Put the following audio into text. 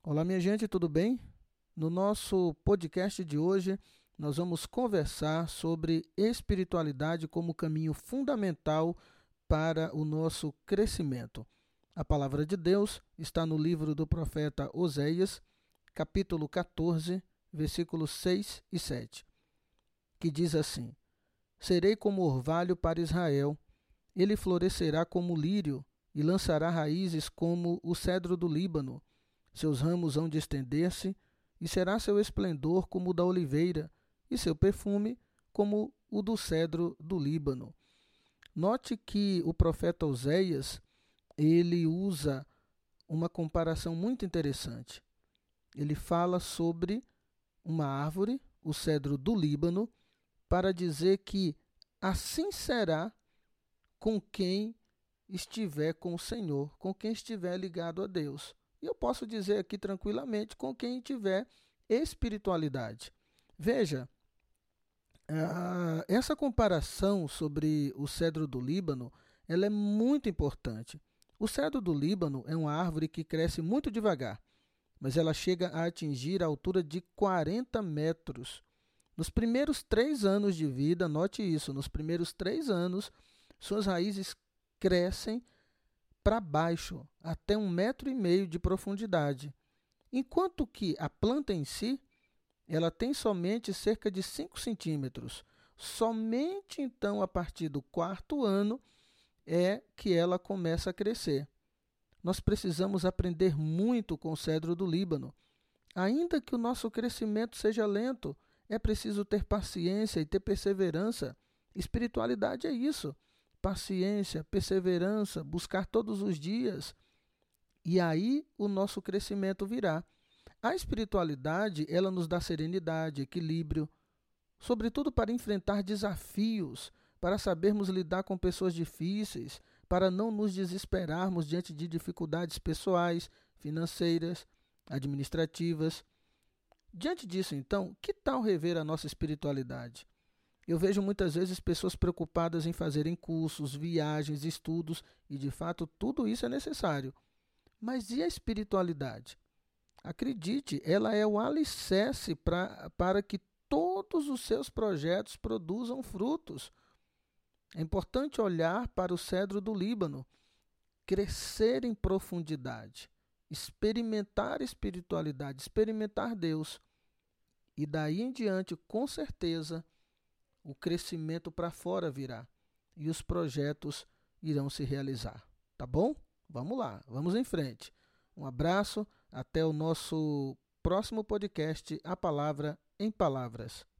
Olá, minha gente, tudo bem? No nosso podcast de hoje, nós vamos conversar sobre espiritualidade como caminho fundamental para o nosso crescimento. A palavra de Deus está no livro do profeta Oséias, capítulo 14, versículos 6 e 7, que diz assim: Serei como orvalho para Israel, ele florescerá como lírio e lançará raízes como o cedro do Líbano. Seus ramos hão de estender-se, e será seu esplendor como o da oliveira, e seu perfume como o do cedro do Líbano. Note que o profeta Oséias, ele usa uma comparação muito interessante. Ele fala sobre uma árvore, o cedro do Líbano, para dizer que assim será com quem estiver com o Senhor, com quem estiver ligado a Deus. E eu posso dizer aqui tranquilamente com quem tiver espiritualidade. Veja, essa comparação sobre o cedro do Líbano, ela é muito importante. O cedro do Líbano é uma árvore que cresce muito devagar, mas ela chega a atingir a altura de 40 metros. Nos primeiros 3 anos de vida, note isso, nos primeiros 3 anos, suas raízes crescem para baixo, até 1,5 m de profundidade, enquanto que a planta em si, ela tem somente cerca de 5 centímetros. Somente então, a partir do 4º ano, é que ela começa a crescer. Nós precisamos aprender muito com o cedro do Líbano. Ainda que o nosso crescimento seja lento, é preciso ter paciência e ter perseverança. Espiritualidade é isso. Paciência, perseverança, buscar todos os dias. E aí o nosso crescimento virá. A espiritualidade, ela nos dá serenidade, equilíbrio, sobretudo para enfrentar desafios, para sabermos lidar com pessoas difíceis, para não nos desesperarmos diante de dificuldades pessoais, financeiras, administrativas. Diante disso, então, que tal rever a nossa espiritualidade? Eu vejo muitas vezes pessoas preocupadas em fazerem cursos, viagens, estudos, e de fato tudo isso é necessário. Mas e a espiritualidade? Acredite, ela é o alicerce para que todos os seus projetos produzam frutos. É importante olhar para o cedro do Líbano, crescer em profundidade, experimentar espiritualidade, experimentar Deus. E daí em diante, com certeza, o crescimento para fora virá e os projetos irão se realizar. Tá bom? Vamos lá, vamos em frente. Um abraço, até o nosso próximo podcast, A Palavra em Palavras.